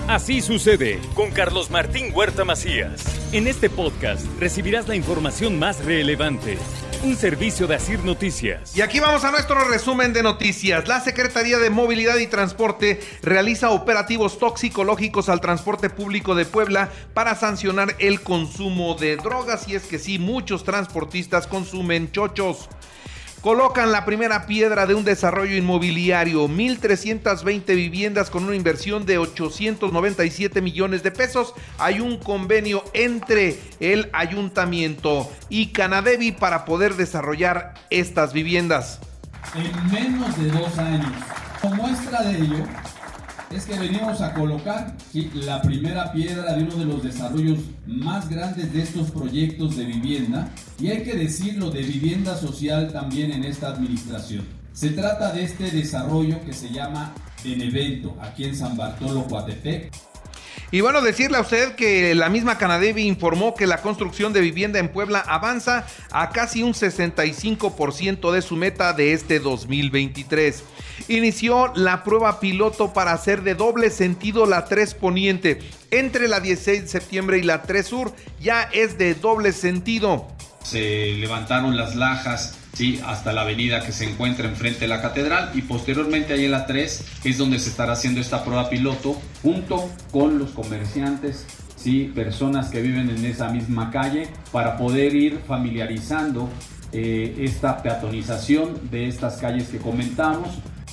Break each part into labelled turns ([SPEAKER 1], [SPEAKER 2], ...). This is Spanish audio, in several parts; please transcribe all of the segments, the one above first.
[SPEAKER 1] Así sucede con Carlos Martín Huerta Macías. En este podcast recibirás la información más relevante. Un servicio de Asir Noticias.
[SPEAKER 2] Y aquí vamos a nuestro resumen de noticias. La Secretaría de Movilidad y Transporte realiza operativos toxicológicos al transporte público de Puebla para sancionar el consumo de drogas. Y es que sí, muchos transportistas consumen chochos. Colocan la primera piedra de un desarrollo inmobiliario, 1,320 viviendas con una inversión de 897 millones de pesos. Hay un convenio entre el ayuntamiento y Canadevi para poder desarrollar estas viviendas.
[SPEAKER 3] En menos de 2 años. Como muestra de ello, es que venimos a colocar la primera piedra de uno de los desarrollos más grandes de estos proyectos de vivienda, y hay que decirlo, de vivienda social también en esta administración. Se trata de este desarrollo que se llama Benevento, aquí en San Bartolo, Coatepec.
[SPEAKER 2] Y bueno, decirle a usted que la misma Canadevi informó que la construcción de vivienda en Puebla avanza a casi un 65% de su meta de este 2023. Inició la prueba piloto para hacer de doble sentido la 3 Poniente. Entre la 16 de septiembre y la 3 Sur ya es de doble sentido.
[SPEAKER 4] Se levantaron las lajas, sí, hasta la avenida que se encuentra enfrente de la catedral, y posteriormente ahí en la 3 es donde se estará haciendo esta prueba piloto junto con los comerciantes, sí, personas que viven en esa misma calle, para poder ir familiarizando esta peatonización de estas calles que comentamos.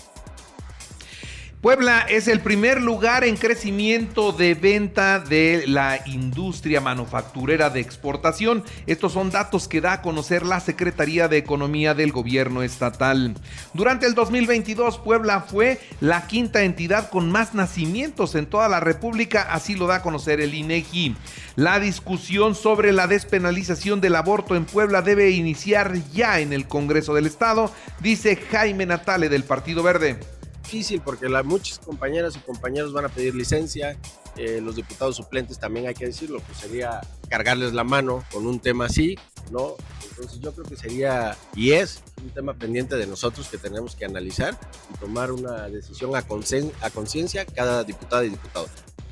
[SPEAKER 2] Puebla es el primer lugar en crecimiento de venta de la industria manufacturera de exportación. Estos son datos que da a conocer la Secretaría de Economía del Gobierno Estatal. Durante el 2022, Puebla fue la quinta entidad con más nacimientos en toda la República, así lo da a conocer el INEGI. La discusión sobre la despenalización del aborto en Puebla debe iniciar ya en el Congreso del Estado, dice Jaime Natale del Partido Verde.
[SPEAKER 5] Difícil porque muchas compañeras y compañeros van a pedir licencia, los diputados suplentes también, hay que decirlo, pues sería cargarles la mano con un tema así, ¿no? Entonces yo creo que sería y es un tema pendiente de nosotros que tenemos que analizar y tomar una decisión a conciencia cada diputada y diputado.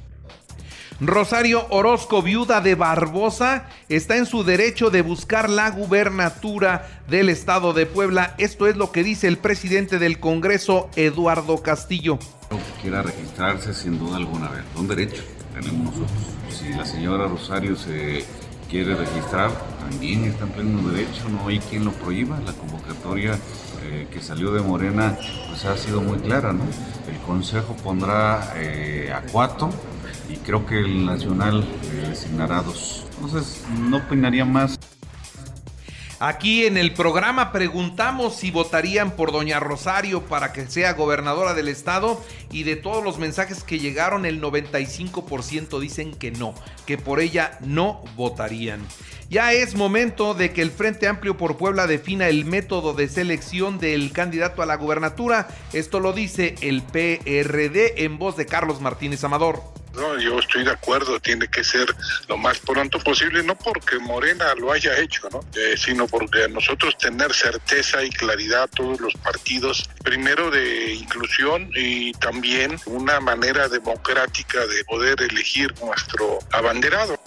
[SPEAKER 2] Rosario Orozco, viuda de Barbosa, está en su derecho de buscar la gubernatura del estado de Puebla. Esto es lo que dice el presidente del Congreso, Eduardo Castillo.
[SPEAKER 6] Que quiera registrarse, sin duda alguna, a ver, un derecho tenemos nosotros. Si la señora Rosario se quiere registrar, también está en pleno derecho, no hay quien lo prohíba. La convocatoria que salió de Morena pues ha sido muy clara, ¿no? El Consejo pondrá a 4 y creo que el Nacional designará 2. Entonces no opinaría más.
[SPEAKER 2] Aquí en el programa preguntamos si votarían por doña Rosario para que sea gobernadora del estado, y de todos los mensajes que llegaron, el 95% dicen que no, que por ella no votarían. Ya es momento de que el Frente Amplio por Puebla defina el método de selección del candidato a la gubernatura. Esto lo dice el PRD en voz de Carlos Martínez Amador.
[SPEAKER 7] No, yo estoy de acuerdo, tiene que ser lo más pronto posible, no porque Morena lo haya hecho, ¿no? Sino porque nosotros tener certeza y claridad a todos los partidos, primero de inclusión y también una manera democrática de poder elegir nuestro abanderado.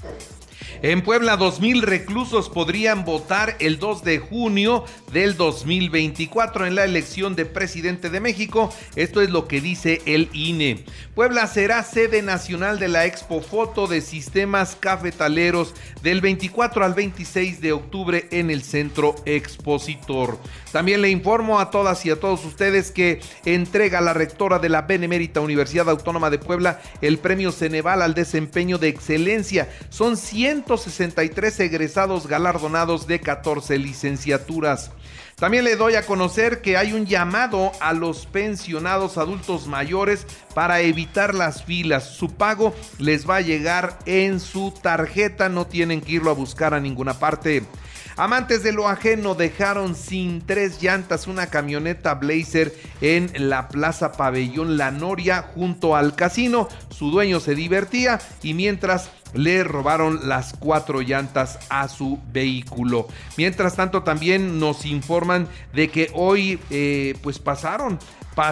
[SPEAKER 2] En Puebla, 2,000 reclusos podrían votar el 2 de junio del 2024 en la elección de presidente de México. Esto es lo que dice el INE. Puebla será sede nacional de la Expo Foto de Sistemas Cafetaleros del 24 al 26 de octubre en el Centro Expositor. También le informo a todas y a todos ustedes que entrega la rectora de la Benemérita Universidad Autónoma de Puebla el premio Ceneval al desempeño de excelencia. Son 163 egresados galardonados de 14 licenciaturas. También le doy a conocer que hay un llamado a los pensionados adultos mayores para evitar las filas. Su pago les va a llegar en su tarjeta, no tienen que irlo a buscar a ninguna parte. Amantes de lo ajeno dejaron sin 3 llantas una camioneta Blazer en la Plaza Pabellón La Noria junto al casino. Su dueño se divertía y mientras le robaron las 4 llantas a su vehículo. Mientras tanto, también nos informan de que hoy pues pasaron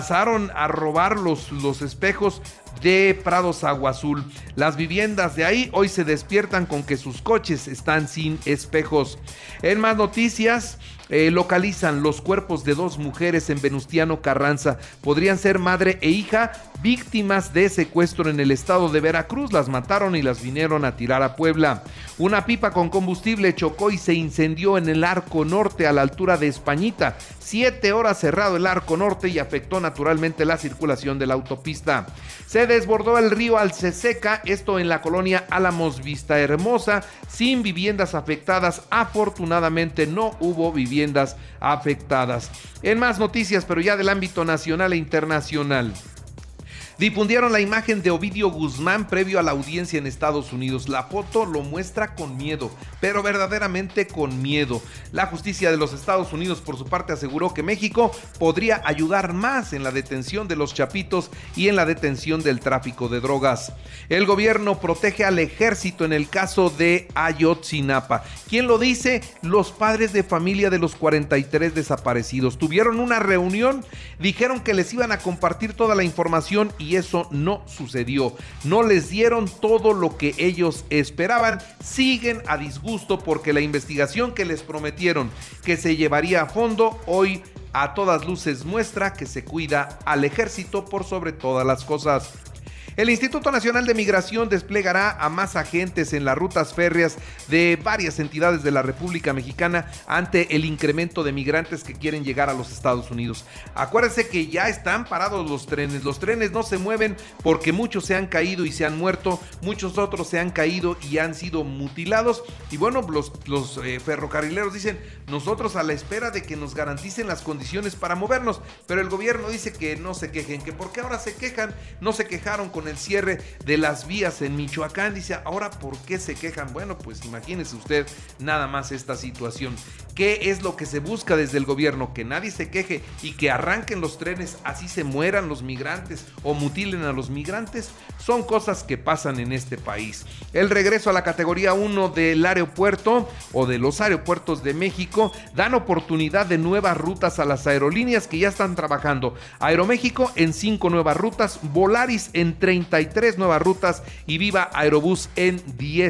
[SPEAKER 2] a robar los espejos de Prados Agua Azul. Las viviendas de ahí hoy se despiertan con que sus coches están sin espejos. En más noticias, localizan los cuerpos de 2 mujeres en Venustiano Carranza. Podrían ser madre e hija víctimas de secuestro en el estado de Veracruz. Las mataron y las vinieron a tirar a Puebla. Una pipa con combustible chocó y se incendió en el Arco Norte a la altura de Españita. 7 horas cerrado el Arco Norte y afectó naturalmente la circulación de la autopista. Se desbordó el río Alceseca, esto en la colonia Álamos Vista Hermosa, sin viviendas afectadas. Afortunadamente no hubo viviendas afectadas. En más noticias, pero ya del ámbito nacional e internacional. Difundieron la imagen de Ovidio Guzmán previo a la audiencia en Estados Unidos. La foto lo muestra con miedo, pero verdaderamente con miedo. La justicia de los Estados Unidos, por su parte, aseguró que México podría ayudar más en la detención de los chapitos y en la detención del tráfico de drogas. El gobierno protege al ejército en el caso de Ayotzinapa. ¿Quién lo dice? Los padres de familia de los 43 desaparecidos. Tuvieron una reunión, dijeron que les iban a compartir toda la información y eso no sucedió. No les dieron todo lo que ellos esperaban. Siguen a disgusto porque la investigación que les prometieron que se llevaría a fondo, hoy a todas luces muestra que se cuida al ejército por sobre todas las cosas. El Instituto Nacional de Migración desplegará a más agentes en las rutas férreas de varias entidades de la República Mexicana ante el incremento de migrantes que quieren llegar a los Estados Unidos. Acuérdense que ya están parados los trenes no se mueven porque muchos se han caído y se han muerto, muchos otros se han caído y han sido mutilados. Y bueno, los ferrocarrileros dicen, nosotros a la espera de que nos garanticen las condiciones para movernos, pero el gobierno dice que no se quejen, que porque ahora se quejan, no se quejaron con el cierre de las vías en Michoacán. Dice, ahora ¿por qué se quejan? Bueno, pues imagínese usted nada más esta situación. ¿Qué es lo que se busca desde el gobierno? Que nadie se queje y que arranquen los trenes, así se mueran los migrantes o mutilen a los migrantes. Son cosas que pasan en este país. El regreso a la categoría 1 del aeropuerto o de los aeropuertos de México dan oportunidad de nuevas rutas a las aerolíneas que ya están trabajando. Aeroméxico en 5 nuevas rutas, Volaris en 33 nuevas rutas y Viva Aerobús en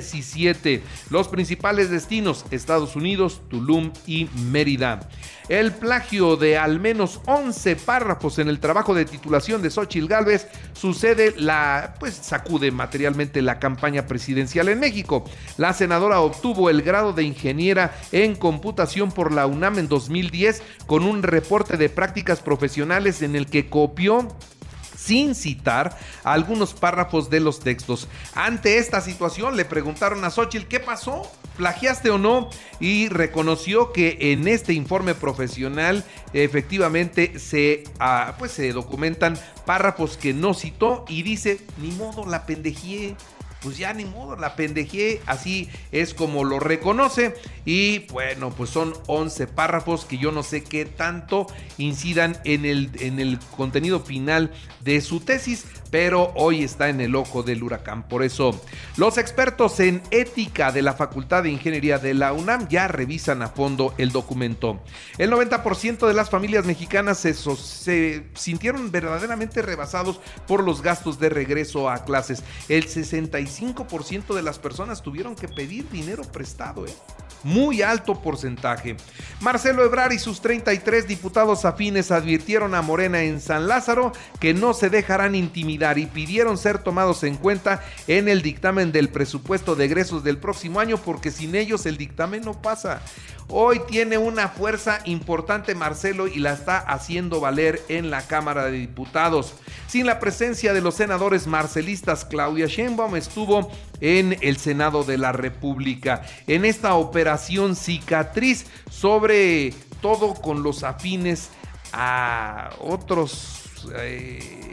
[SPEAKER 2] 17. Los principales destinos: Estados Unidos, Tulum y Mérida. El plagio de al menos 11 párrafos en el trabajo de titulación de Xóchitl Gálvez sacude materialmente la campaña presidencial en México. La senadora obtuvo el grado de ingeniera en computación por la UNAM en 2010 con un reporte de prácticas profesionales en el que copió sin citar algunos párrafos de los textos. Ante esta situación le preguntaron a Xóchitl, ¿qué pasó? ¿Plagiaste o no? Y reconoció que en este informe profesional efectivamente se documentan párrafos que no citó y dice, ni modo, la pendejié. Pues ya ni modo, la pendejé, así es como lo reconoce. Y bueno, pues son 11 párrafos que yo no sé qué tanto incidan en el contenido final de su tesis, pero hoy está en el ojo del huracán. Por eso, los expertos en ética de la Facultad de Ingeniería de la UNAM ya revisan a fondo el documento. El 90% de las familias mexicanas se sintieron verdaderamente rebasados por los gastos de regreso a clases. El 65% de las personas tuvieron que pedir dinero prestado, muy alto porcentaje. Marcelo Ebrard y sus 33 diputados afines advirtieron a Morena en San Lázaro que no se dejarán intimidar y pidieron ser tomados en cuenta en el dictamen del presupuesto de egresos del próximo año, porque sin ellos el dictamen no pasa. Hoy tiene una fuerza importante Marcelo y la está haciendo valer en la Cámara de Diputados. Sin la presencia de los senadores marcelistas, Claudia Sheinbaum estuvo en el Senado de la República en esta operación cicatriz, sobre todo con los afines a otros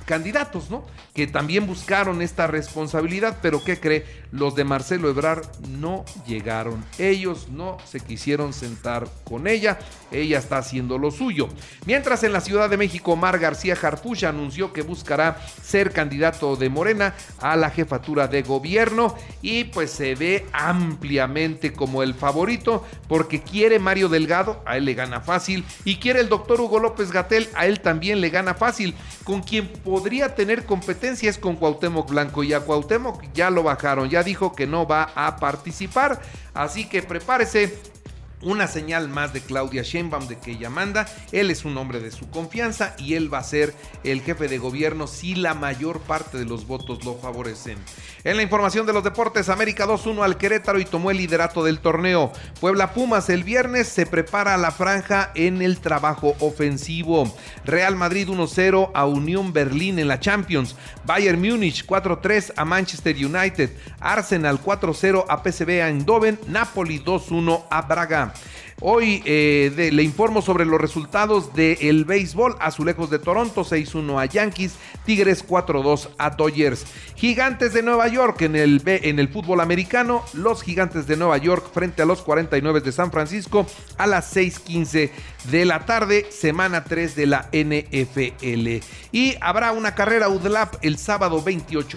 [SPEAKER 2] candidatos, ¿no? Que también buscaron esta responsabilidad, pero ¿qué cree? Los de Marcelo Ebrard no llegaron. Ellos no se quisieron sentar con ella está haciendo lo suyo. Mientras en la Ciudad de México, Omar García Harfuch anunció que buscará ser candidato de Morena a la jefatura de gobierno y pues se ve ampliamente como el favorito porque quiere Mario Delgado, a él le gana fácil, y quiere el doctor Hugo López-Gatell, a él también le gana fácil. Con quien podría tener competencia es con Cuauhtémoc Blanco, y a Cuauhtémoc ya lo bajaron, ya dijo que no va a participar, así que prepárese. Una señal más de Claudia Sheinbaum de que ella manda. Él es un hombre de su confianza y él va a ser el jefe de gobierno si la mayor parte de los votos lo favorecen. En la información de los deportes, América 2-1 al Querétaro y tomó el liderato del torneo. Puebla Pumas el viernes se prepara a la franja en el trabajo ofensivo. Real Madrid 1-0 a Unión Berlín en la Champions. Bayern Múnich 4-3 a Manchester United. Arsenal 4-0 a PSV Eindhoven. Napoli 2-1 a Braga. Hoy le informo sobre los resultados del béisbol. Azulejos de Toronto 6-1 a Yankees, Tigres 4-2 a Dodgers. Gigantes de Nueva York en el fútbol americano, los Gigantes de Nueva York frente a los 49 de San Francisco a las 6:15 de la tarde, semana 3 de la NFL. Y habrá una carrera UDLAP el sábado 28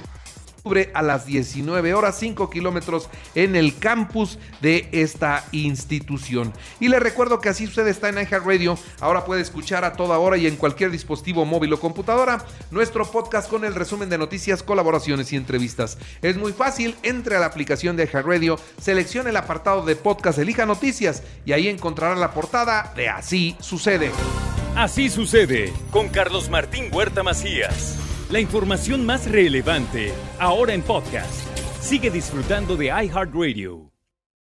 [SPEAKER 2] a las 19 horas, 5 kilómetros en el campus de esta institución. Y les recuerdo que Así Sucede está en iHeartRadio. Ahora puede escuchar a toda hora y en cualquier dispositivo móvil o computadora nuestro podcast con el resumen de noticias, colaboraciones y entrevistas. Es muy fácil, entre a la aplicación de iHeartRadio, seleccione el apartado de podcast, elija noticias y ahí encontrará la portada de Así Sucede.
[SPEAKER 1] Así Sucede con Carlos Martín Huerta Macías. La información más relevante, ahora en podcast. Sigue disfrutando de iHeartRadio.